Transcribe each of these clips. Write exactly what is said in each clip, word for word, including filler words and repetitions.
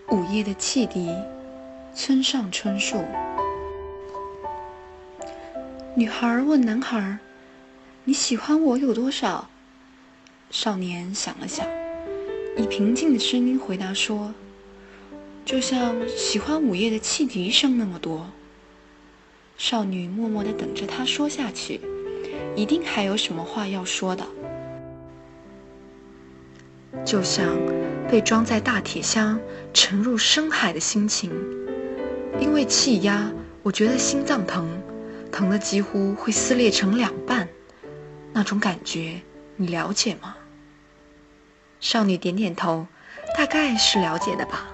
午夜的汽笛，村上春树。女孩问男孩：“你喜欢我有多少？”少年想了想，以平静的声音回答说：“就像喜欢午夜的汽笛声那么多。”少女默默地等着他说下去，一定还有什么话要说的。就像被装在大铁箱沉入深海的心情，因为气压，我觉得心脏疼，疼得几乎会撕裂成两半，那种感觉你了解吗？少女点点头，大概是了解的吧。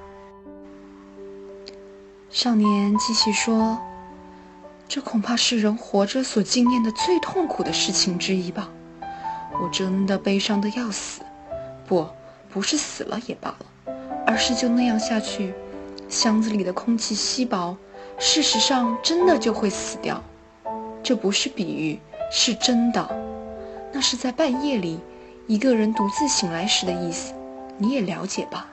少年继续说：“这恐怕是人活着所经验的最痛苦的事情之一吧。我真的悲伤得要死，不，不是死了也罢了，而是就那样下去，箱子里的空气稀薄，事实上真的就会死掉。这不是比喻，是真的。那是在半夜里，一个人独自醒来时的意思，你也了解吧？”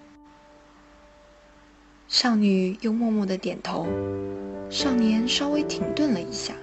少女又默默地点头，少年稍微停顿了一下。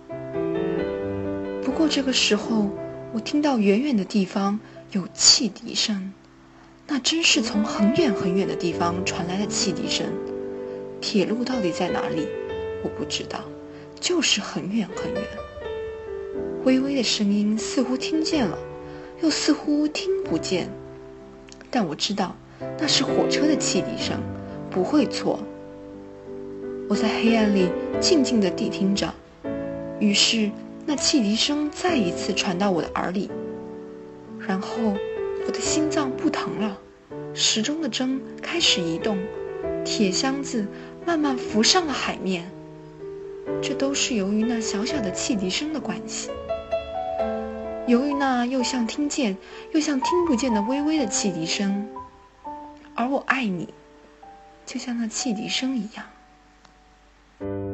不过这个时候，我听到远远的地方有汽笛声，那真是从很远很远的地方传来的汽笛声。铁路到底在哪里？我不知道，就是很远很远。微微的声音似乎听见了，又似乎听不见，但我知道那是火车的汽笛声，不会错。我在黑暗里静静地谛听着，于是那汽笛声再一次传到我的耳里，然后我的心脏不疼了，时钟的针开始移动，铁箱子慢慢浮上了海面。这都是由于那小小的汽笛声的关系，由于那又像听见又像听不见的微微的汽笛声。而我爱你，就像那汽笛声一样。